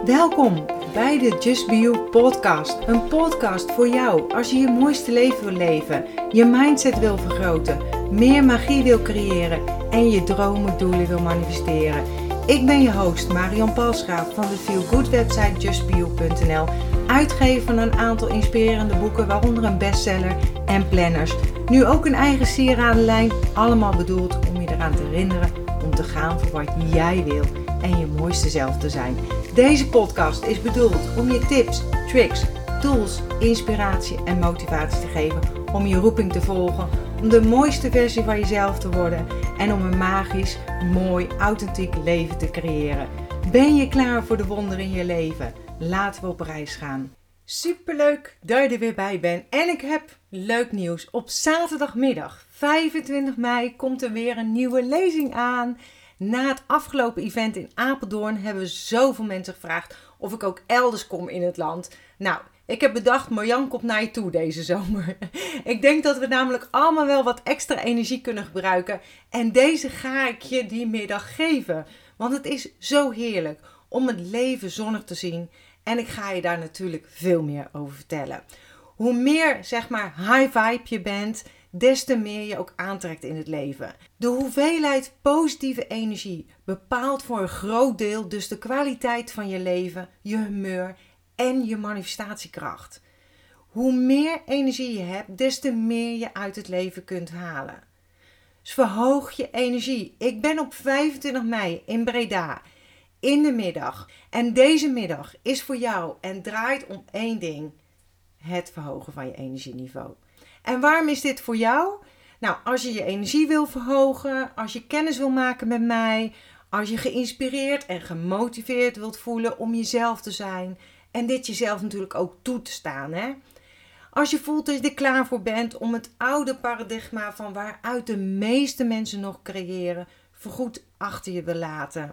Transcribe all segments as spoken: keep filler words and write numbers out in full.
Welkom bij de Just Be You podcast. Een podcast voor jou als je je mooiste leven wil leven, je mindset wil vergroten, meer magie wil creëren en je dromen, doelen wil manifesteren. Ik ben je host Marion Palsgraaf van de Feel Good website just be you punt n l, uitgever van een aantal inspirerende boeken, waaronder een bestseller en planners. Nu ook een eigen sieradenlijn, allemaal bedoeld om je eraan te herinneren om te gaan voor wat jij wil en je mooiste zelf te zijn. Deze podcast is bedoeld om je tips, tricks, tools, inspiratie en motivatie te geven om je roeping te volgen, om de mooiste versie van jezelf te worden en om een magisch, mooi, authentiek leven te creëren. Ben je klaar voor de wonderen in je leven? Laten we op reis gaan. Superleuk dat je er weer bij bent en ik heb leuk nieuws. Op zaterdagmiddag vijfentwintig mei komt er weer een nieuwe lezing aan. Na het afgelopen event in Apeldoorn hebben zoveel mensen gevraagd of ik ook elders kom in het land. Nou, ik heb bedacht, Marjan komt naar je toe deze zomer. Ik denk dat we namelijk allemaal wel wat extra energie kunnen gebruiken. En deze ga ik je die middag geven. Want het is zo heerlijk om het leven zonnig te zien. En ik ga je daar natuurlijk veel meer over vertellen. Hoe meer, zeg maar, high vibe je bent, des te meer je ook aantrekt in het leven. De hoeveelheid positieve energie bepaalt voor een groot deel dus de kwaliteit van je leven, je humeur en je manifestatiekracht. Hoe meer energie je hebt, des te meer je uit het leven kunt halen. Dus verhoog je energie. Ik ben op vijfentwintig mei in Breda in de middag. En deze middag is voor jou en draait om één ding: het verhogen van je energieniveau. En waarom is dit voor jou? Nou, als je je energie wil verhogen, als je kennis wil maken met mij, als je geïnspireerd en gemotiveerd wilt voelen om jezelf te zijn en dit jezelf natuurlijk ook toe te staan, hè? Als je voelt dat je er klaar voor bent om het oude paradigma van waaruit de meeste mensen nog creëren, voorgoed achter je wil laten.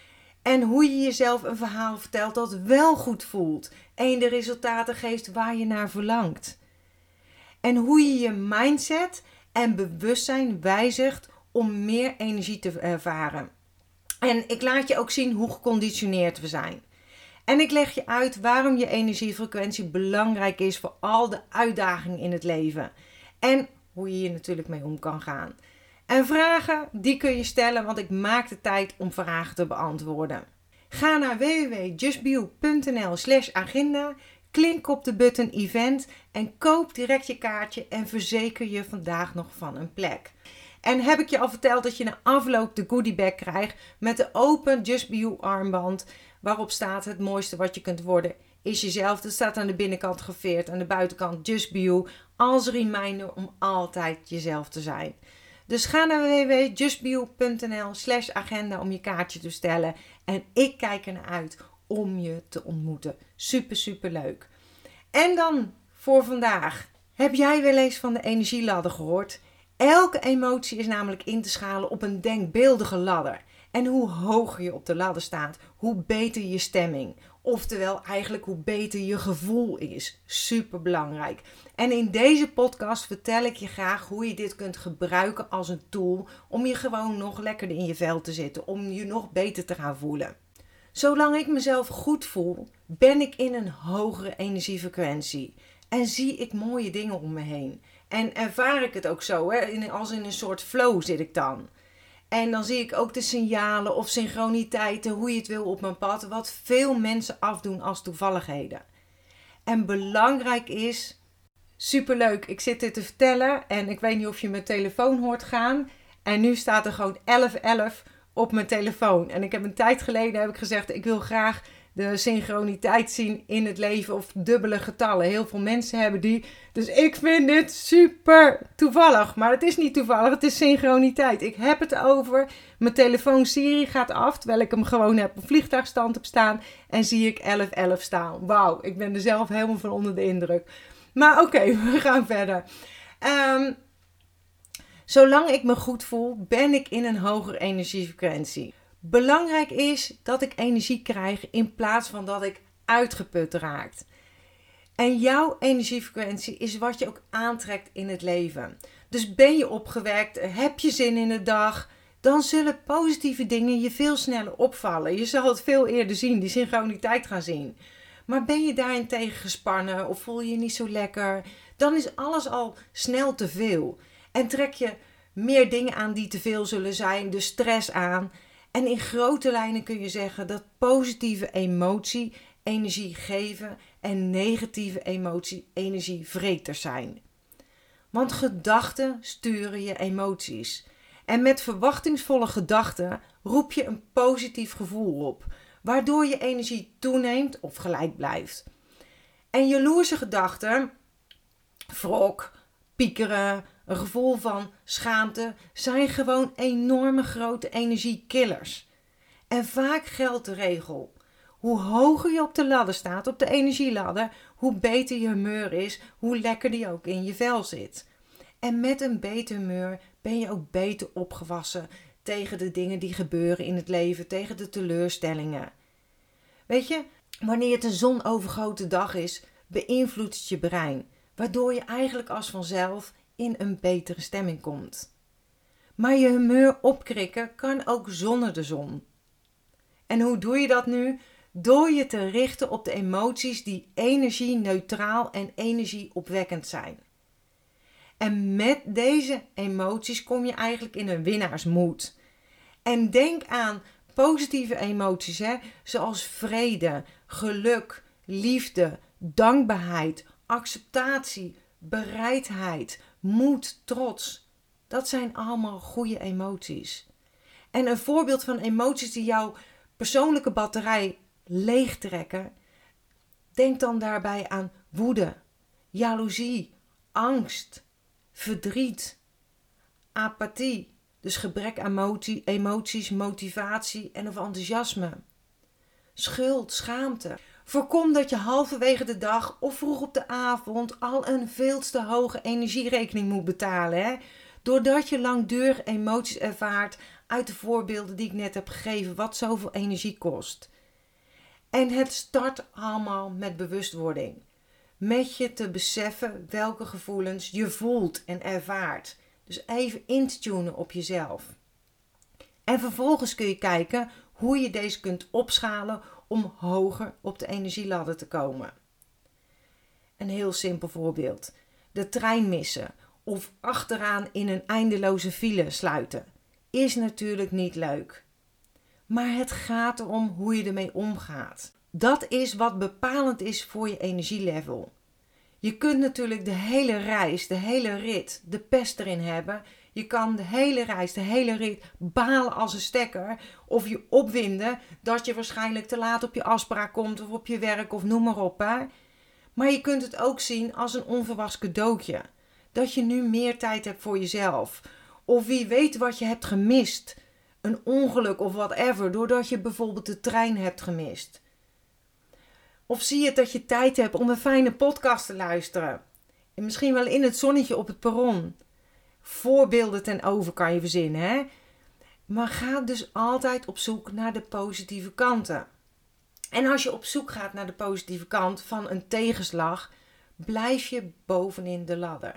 En hoe je jezelf een verhaal vertelt dat wel goed voelt en je de resultaten geeft waar je naar verlangt. En hoe je je mindset en bewustzijn wijzigt om meer energie te ervaren. En ik laat je ook zien hoe geconditioneerd we zijn. En ik leg je uit waarom je energiefrequentie belangrijk is voor al de uitdagingen in het leven. En hoe je hier natuurlijk mee om kan gaan. En vragen, die kun je stellen, want ik maak de tijd om vragen te beantwoorden. Ga naar w w w punt just be you punt n l slash agenda. Klik op de button event en koop direct je kaartje en verzeker je vandaag nog van een plek. En heb ik je al verteld dat je na afloop de goodiebag krijgt met de open Just Be You armband, waarop staat: het mooiste wat je kunt worden is jezelf. Dat staat aan de binnenkant geveerd, aan de buitenkant Just Be You, als reminder om altijd jezelf te zijn. Dus ga naar w w w punt just be you punt n l slash agenda om je kaartje te stellen en ik kijk er naar uit om je te ontmoeten. Super, super leuk. En dan voor vandaag. Heb jij wel eens van de energieladder gehoord? Elke emotie is namelijk in te schalen op een denkbeeldige ladder. En hoe hoger je op de ladder staat, hoe beter je stemming. Oftewel eigenlijk hoe beter je gevoel is. Super belangrijk. En in deze podcast vertel ik je graag hoe je dit kunt gebruiken als een tool om je gewoon nog lekkerder in je vel te zitten. Om je nog beter te gaan voelen. Zolang ik mezelf goed voel, ben ik in een hogere energiefrequentie. En zie ik mooie dingen om me heen. En ervaar ik het ook zo, hè? Als in een soort flow zit ik dan. En dan zie ik ook de signalen of synchroniteiten, hoe je het wil op mijn pad, wat veel mensen afdoen als toevalligheden. En belangrijk is, superleuk, ik zit dit te vertellen en ik weet niet of je mijn telefoon hoort gaan. En nu staat er gewoon elf elf op mijn telefoon. En ik heb een tijd geleden heb ik gezegd, ik wil graag de synchroniteit zien in het leven of dubbele getallen. Heel veel mensen hebben die. Dus ik vind dit super toevallig. Maar het is niet toevallig, het is synchroniteit. Ik heb het over. Mijn telefoon Siri gaat af, terwijl ik hem gewoon heb op vliegtuigstand heb staan. En zie ik elf elf staan. Wauw, ik ben er zelf helemaal van onder de indruk. Maar oké, okay, we gaan verder. Um, zolang ik me goed voel, ben ik in een hogere energiefrequentie. Belangrijk is dat ik energie krijg in plaats van dat ik uitgeput raak. En jouw energiefrequentie is wat je ook aantrekt in het leven. Dus ben je opgewekt, heb je zin in de dag, dan zullen positieve dingen je veel sneller opvallen. Je zal het veel eerder zien, die synchroniteit gaan zien. Maar ben je daarentegen gespannen of voel je je niet zo lekker, dan is alles al snel te veel. En trek je meer dingen aan die te veel zullen zijn, de stress aan. En in grote lijnen kun je zeggen dat positieve emotie energie geven en negatieve emotie energievreters zijn. Want gedachten sturen je emoties. En met verwachtingsvolle gedachten roep je een positief gevoel op, waardoor je energie toeneemt of gelijk blijft. En jaloerse gedachten, wrok, piekeren, een gevoel van schaamte, zijn gewoon enorme grote energiekillers. En vaak geldt de regel: hoe hoger je op de ladder staat, op de energieladder, hoe beter je humeur is, hoe lekker die ook in je vel zit. En met een beter humeur ben je ook beter opgewassen tegen de dingen die gebeuren in het leven, tegen de teleurstellingen. Weet je, wanneer het een zonovergoten dag is, beïnvloedt het je brein, waardoor je eigenlijk als vanzelf in een betere stemming komt. Maar je humeur opkrikken kan ook zonder de zon. En hoe doe je dat nu? Door je te richten op de emoties die energie-neutraal en energieopwekkend zijn. En met deze emoties kom je eigenlijk in een winnaarsmoed. En denk aan positieve emoties, hè, zoals vrede, geluk, liefde, dankbaarheid, acceptatie, bereidheid, moed, trots. Dat zijn allemaal goede emoties. En een voorbeeld van emoties die jouw persoonlijke batterij leegtrekken, denk dan daarbij aan woede, jaloezie, angst, verdriet, apathie, dus gebrek aan emotie, emoties, motivatie en of enthousiasme, schuld, schaamte. Voorkom dat je halverwege de dag of vroeg op de avond al een veel te hoge energierekening moet betalen, hè? Doordat je langdurig emoties ervaart uit de voorbeelden die ik net heb gegeven, wat zoveel energie kost. En het start allemaal met bewustwording. Met je te beseffen welke gevoelens je voelt en ervaart. Dus even in te tunen op jezelf. En vervolgens kun je kijken hoe je deze kunt opschalen om hoger op de energieladder te komen. Een heel simpel voorbeeld. De trein missen of achteraan in een eindeloze file sluiten is natuurlijk niet leuk. Maar het gaat erom hoe je ermee omgaat. Dat is wat bepalend is voor je energielevel. Je kunt natuurlijk de hele reis, de hele rit, de pest erin hebben. Je kan de hele reis, de hele rit balen als een stekker. Of je opwinden dat je waarschijnlijk te laat op je afspraak komt of op je werk of noem maar op. Hè. Maar je kunt het ook zien als een onverwachts cadeautje. Dat je nu meer tijd hebt voor jezelf. Of wie weet wat je hebt gemist. Een ongeluk of whatever, doordat je bijvoorbeeld de trein hebt gemist. Of zie je dat je tijd hebt om een fijne podcast te luisteren. En misschien wel in het zonnetje op het perron. Voorbeelden ten over kan je verzinnen, hè? Maar ga dus altijd op zoek naar de positieve kanten. En als je op zoek gaat naar de positieve kant van een tegenslag, blijf je bovenin de ladder.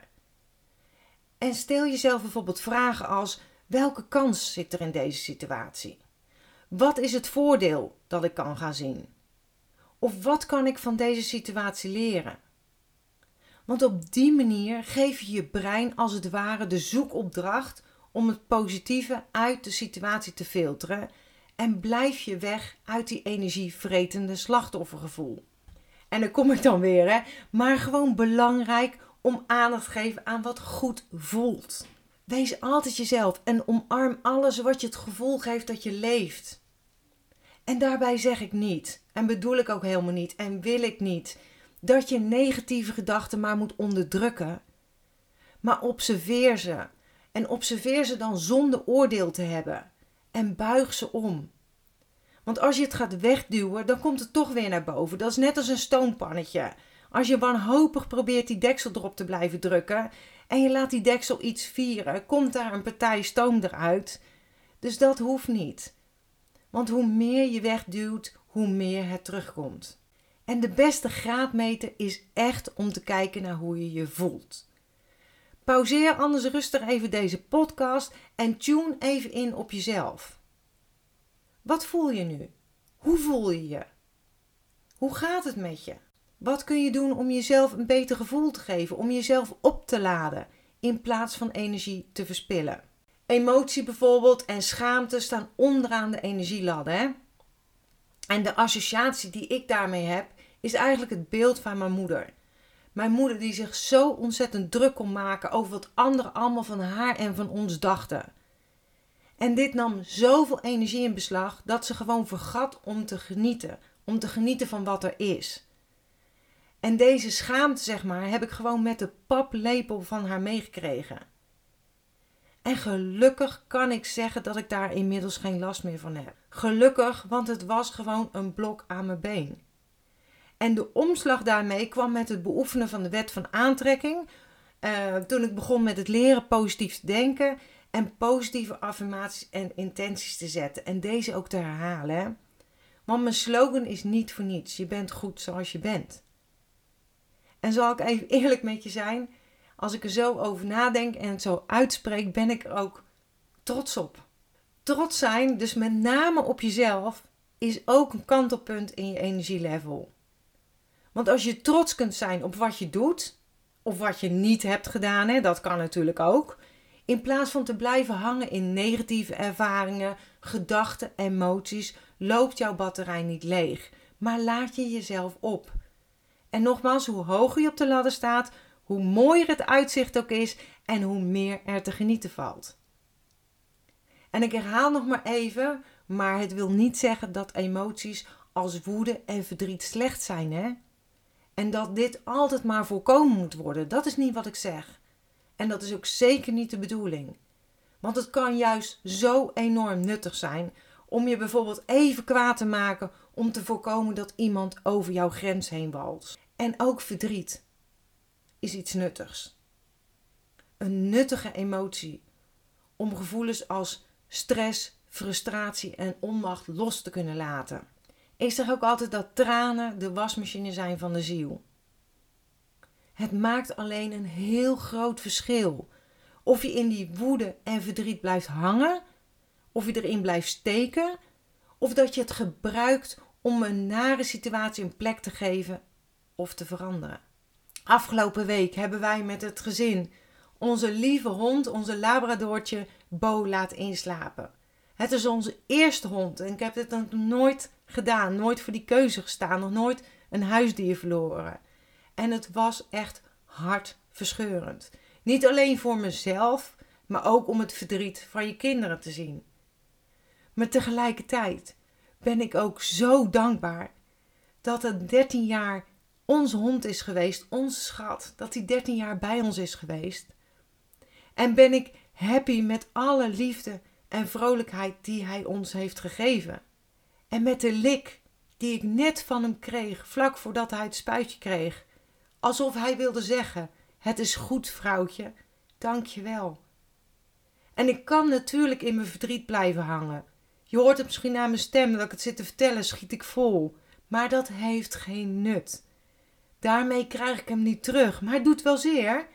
En stel jezelf bijvoorbeeld vragen als: welke kans zit er in deze situatie? Wat is het voordeel dat ik kan gaan zien? Of wat kan ik van deze situatie leren? Want op die manier geef je je brein als het ware de zoekopdracht om het positieve uit de situatie te filteren en blijf je weg uit die energievretende slachtoffergevoel. En dan kom ik dan weer, hè, maar gewoon belangrijk om aandacht te geven aan wat goed voelt. Wees altijd jezelf en omarm alles wat je het gevoel geeft dat je leeft. En daarbij zeg ik niet, en bedoel ik ook helemaal niet, en wil ik niet, dat je negatieve gedachten maar moet onderdrukken. Maar observeer ze. En observeer ze dan zonder oordeel te hebben. En buig ze om. Want als je het gaat wegduwen, dan komt het toch weer naar boven. Dat is net als een stoompannetje. Als je wanhopig probeert die deksel erop te blijven drukken en je laat die deksel iets vieren, komt daar een partij stoom eruit. Dus dat hoeft niet. Want hoe meer je wegduwt, hoe meer het terugkomt. En de beste graadmeter is echt om te kijken naar hoe je je voelt. Pauzeer anders rustig even deze podcast en tune even in op jezelf. Wat voel je nu? Hoe voel je je? Hoe gaat het met je? Wat kun je doen om jezelf een beter gevoel te geven, om jezelf op te laden in plaats van energie te verspillen? Emotie bijvoorbeeld en schaamte staan onderaan de energieladder. Hè? En de associatie die ik daarmee heb, is eigenlijk het beeld van mijn moeder. Mijn moeder die zich zo ontzettend druk kon maken over wat anderen allemaal van haar en van ons dachten. En dit nam zoveel energie in beslag dat ze gewoon vergat om te genieten. Om te genieten van wat er is. En deze schaamte, zeg maar, heb ik gewoon met de paplepel van haar meegekregen. En gelukkig kan ik zeggen dat ik daar inmiddels geen last meer van heb. Gelukkig, want het was gewoon een blok aan mijn been. En de omslag daarmee kwam met het beoefenen van de wet van aantrekking. Uh, toen ik begon met het leren positief te denken en positieve affirmaties en intenties te zetten. En deze ook te herhalen. Hè? Want mijn slogan is niet voor niets. Je bent goed zoals je bent. En zal ik even eerlijk met je zijn. Als ik er zo over nadenk en het zo uitspreek, ben ik er ook trots op. Trots zijn, dus met name op jezelf, is ook een kantelpunt in je energielevel. Want als je trots kunt zijn op wat je doet, of wat je niet hebt gedaan, hè, dat kan natuurlijk ook. In plaats van te blijven hangen in negatieve ervaringen, gedachten, emoties, loopt jouw batterij niet leeg. Maar laat je jezelf op. En nogmaals, hoe hoger je op de ladder staat, hoe mooier het uitzicht ook is en hoe meer er te genieten valt. En ik herhaal nog maar even, maar het wil niet zeggen dat emoties als woede en verdriet slecht zijn, hè? En dat dit altijd maar voorkomen moet worden, dat is niet wat ik zeg. En dat is ook zeker niet de bedoeling. Want het kan juist zo enorm nuttig zijn om je bijvoorbeeld even kwaad te maken om te voorkomen dat iemand over jouw grens heen walst. En ook verdriet is iets nuttigs. Een nuttige emotie om gevoelens als stress, frustratie en onmacht los te kunnen laten. Ik zeg ook altijd dat tranen de wasmachine zijn van de ziel. Het maakt alleen een heel groot verschil of je in die woede en verdriet blijft hangen, of je erin blijft steken, of dat je het gebruikt om een nare situatie een plek te geven of te veranderen. Afgelopen week hebben wij met het gezin onze lieve hond, onze Labradortje, Bo laten inslapen. Het is onze eerste hond en ik heb dit nog nooit gedaan, nooit voor die keuze gestaan, nog nooit een huisdier verloren. En het was echt hartverscheurend. Niet alleen voor mezelf, maar ook om het verdriet van je kinderen te zien. Maar tegelijkertijd ben ik ook zo dankbaar dat het dertien jaar onze hond is geweest, onze schat, dat hij dertien jaar bij ons is geweest. En ben ik happy met alle liefde en vrolijkheid die hij ons heeft gegeven. En met de lik die ik net van hem kreeg, vlak voordat hij het spuitje kreeg. Alsof hij wilde zeggen, het is goed vrouwtje, dank je wel. En ik kan natuurlijk in mijn verdriet blijven hangen. Je hoort het misschien aan mijn stem dat ik het zit te vertellen, schiet ik vol. Maar dat heeft geen nut. Daarmee krijg ik hem niet terug, maar het doet wel zeer.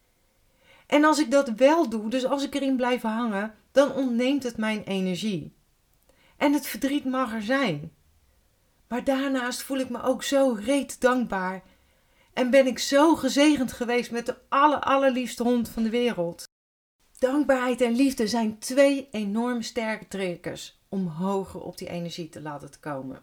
En als ik dat wel doe, dus als ik erin blijf hangen, dan ontneemt het mijn energie. En het verdriet mag er zijn. Maar daarnaast voel ik me ook zo reet dankbaar. En ben ik zo gezegend geweest met de aller, allerliefste hond van de wereld. Dankbaarheid en liefde zijn twee enorm sterke triggers om hoger op die energie te laten komen.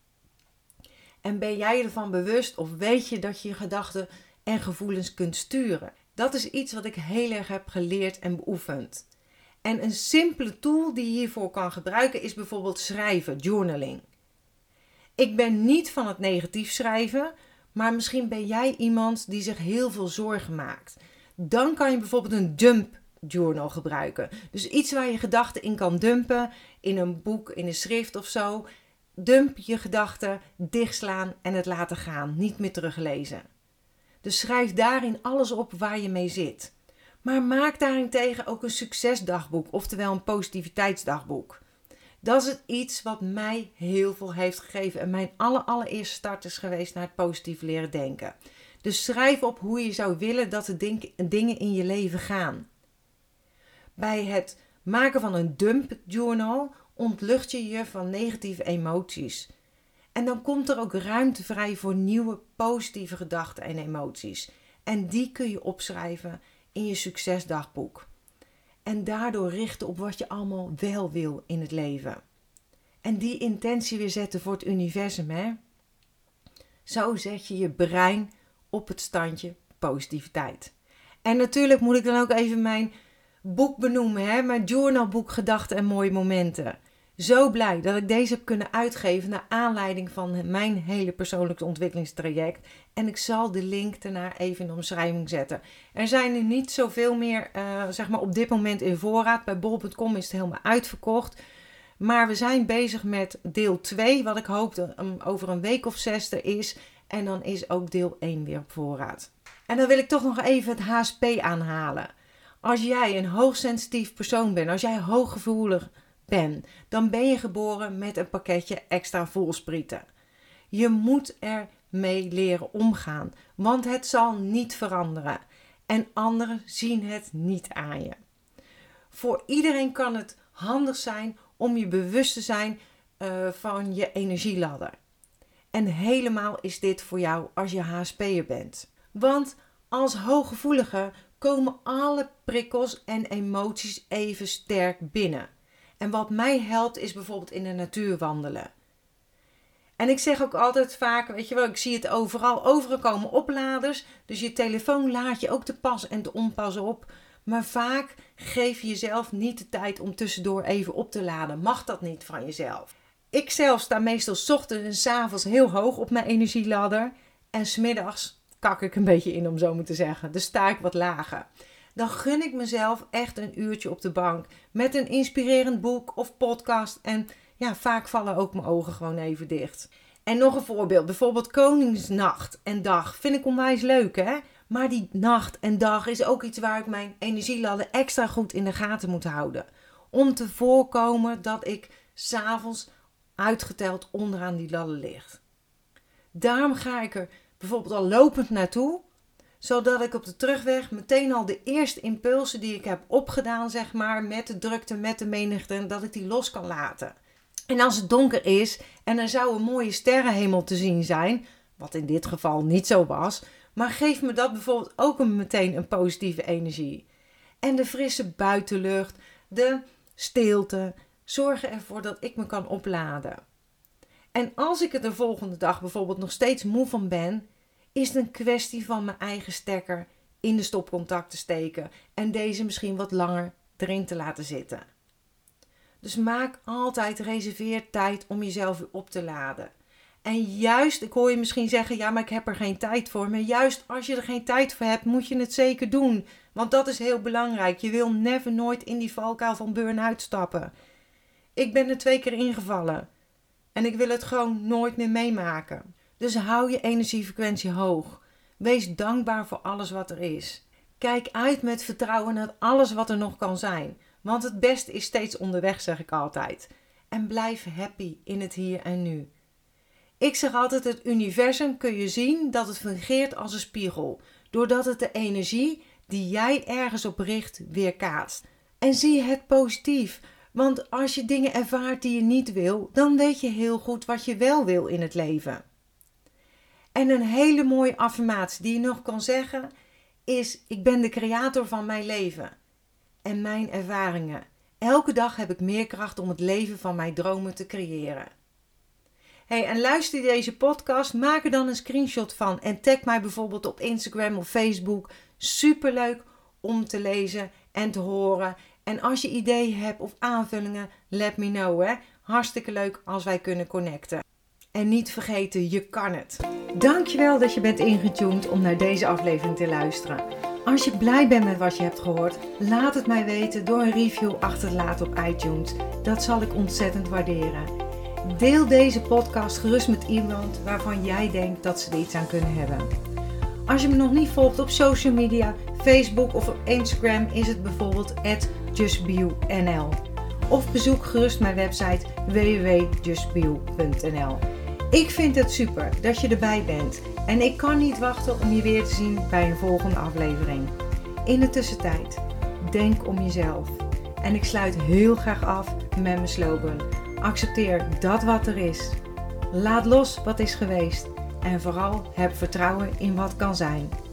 En ben jij ervan bewust of weet je dat je je gedachten en gevoelens kunt sturen? Dat is iets wat ik heel erg heb geleerd en beoefend. En een simpele tool die je hiervoor kan gebruiken is bijvoorbeeld schrijven, journaling. Ik ben niet van het negatief schrijven, maar misschien ben jij iemand die zich heel veel zorgen maakt. Dan kan je bijvoorbeeld een dump journal gebruiken. Dus iets waar je gedachten in kan dumpen, in een boek, in een schrift of zo. Dump je gedachten, dichtslaan en het laten gaan, niet meer teruglezen. Dus schrijf daarin alles op waar je mee zit. Maar maak daarentegen ook een succesdagboek, oftewel een positiviteitsdagboek. Dat is iets wat mij heel veel heeft gegeven en mijn aller, allereerste start is geweest naar het positief leren denken. Dus schrijf op hoe je zou willen dat de ding, dingen in je leven gaan. Bij het maken van een dump journal ontlucht je je van negatieve emoties. En dan komt er ook ruimte vrij voor nieuwe positieve gedachten en emoties. En die kun je opschrijven in je succesdagboek. En daardoor richten op wat je allemaal wel wil in het leven. En die intentie weer zetten voor het universum, hè? Zo zet je je brein op het standje positiviteit. En natuurlijk moet ik dan ook even mijn boek benoemen, hè? Mijn journalboek Gedachten en Mooie Momenten. Zo blij dat ik deze heb kunnen uitgeven naar aanleiding van mijn hele persoonlijke ontwikkelingstraject. En ik zal de link daarna even in de omschrijving zetten. Er zijn er niet zoveel meer uh, zeg maar op dit moment in voorraad. Bij bol punt com is het helemaal uitverkocht. Maar we zijn bezig met deel twee, wat ik hoop dat um, over een week of zes er is. En dan is ook deel één weer op voorraad. En dan wil ik toch nog even het H S P aanhalen. Als jij een hoogsensitief persoon bent, als jij hooggevoelig ben, dan ben je geboren met een pakketje extra voelsprieten. Je moet ermee leren omgaan, want het zal niet veranderen en anderen zien het niet aan je. Voor iedereen kan het handig zijn om je bewust te zijn uh, van je energieladder. En helemaal is dit voor jou als je H S P'er bent. Want als hooggevoelige komen alle prikkels en emoties even sterk binnen. En wat mij helpt is bijvoorbeeld in de natuur wandelen. En ik zeg ook altijd vaak, weet je wel, ik zie het overal. Overal komen opladers. Dus je telefoon laat je ook te pas en te onpas op. Maar vaak geef je jezelf niet de tijd om tussendoor even op te laden. Mag dat niet van jezelf? Ik zelf sta meestal 's ochtends en 's avonds heel hoog op mijn energieladder. En 's middags kak ik een beetje in, om zo maar te zeggen. Dus sta ik wat lager. Dan gun ik mezelf echt een uurtje op de bank met een inspirerend boek of podcast. En ja, vaak vallen ook mijn ogen gewoon even dicht. En nog een voorbeeld, bijvoorbeeld Koningsnacht en dag. Vind ik onwijs leuk, hè? Maar die nacht en dag is ook iets waar ik mijn energieladder extra goed in de gaten moet houden. Om te voorkomen dat ik 's avonds uitgeteld onderaan die ladder lig. Daarom ga ik er bijvoorbeeld al lopend naartoe, zodat ik op de terugweg meteen al de eerste impulsen die ik heb opgedaan, zeg maar, met de drukte, met de menigte, dat ik die los kan laten. En als het donker is en er zou een mooie sterrenhemel te zien zijn, wat in dit geval niet zo was, maar geeft me dat bijvoorbeeld ook een, meteen een positieve energie. En de frisse buitenlucht, de stilte, zorgen ervoor dat ik me kan opladen. En als ik er de volgende dag bijvoorbeeld nog steeds moe van ben, is het een kwestie van mijn eigen stekker in de stopcontact te steken en deze misschien wat langer erin te laten zitten. Dus maak altijd, reserveer tijd om jezelf weer op te laden. En juist, ik hoor je misschien zeggen, ja, maar ik heb er geen tijd voor. Maar juist als je er geen tijd voor hebt, moet je het zeker doen. Want dat is heel belangrijk. Je wil never nooit in die valkuil van burn-out stappen. Ik ben er twee keer ingevallen. En ik wil het gewoon nooit meer meemaken. Dus hou je energiefrequentie hoog. Wees dankbaar voor alles wat er is. Kijk uit met vertrouwen naar alles wat er nog kan zijn. Want het beste is steeds onderweg, zeg ik altijd. En blijf happy in het hier en nu. Ik zeg altijd, het universum kun je zien dat het fungeert als een spiegel. Doordat het de energie die jij ergens op richt weerkaatst. En zie het positief. Want als je dingen ervaart die je niet wil, dan weet je heel goed wat je wel wil in het leven. En een hele mooie affirmatie die je nog kan zeggen is: ik ben de creator van mijn leven en mijn ervaringen. Elke dag heb ik meer kracht om het leven van mijn dromen te creëren. Hey, en luister je deze podcast, maak er dan een screenshot van en tag mij bijvoorbeeld op Instagram of Facebook. Superleuk om te lezen en te horen. En als je ideeën hebt of aanvullingen, let me know. Hè? Hartstikke leuk als wij kunnen connecten. En niet vergeten, je kan het. Dankjewel dat je bent ingetuned om naar deze aflevering te luisteren. Als je blij bent met wat je hebt gehoord, laat het mij weten door een review achter te laten op iTunes. Dat zal ik ontzettend waarderen. Deel deze podcast gerust met iemand waarvan jij denkt dat ze er iets aan kunnen hebben. Als je me nog niet volgt op social media, Facebook of op Instagram, is het bijvoorbeeld at justbeyou.nl. Of bezoek gerust mijn website w w w punt just be you punt n l. Ik vind het super dat je erbij bent en ik kan niet wachten om je weer te zien bij een volgende aflevering. In de tussentijd, denk om jezelf. En ik sluit heel graag af met mijn slogan. Accepteer dat wat er is. Laat los wat is geweest. En vooral heb vertrouwen in wat kan zijn.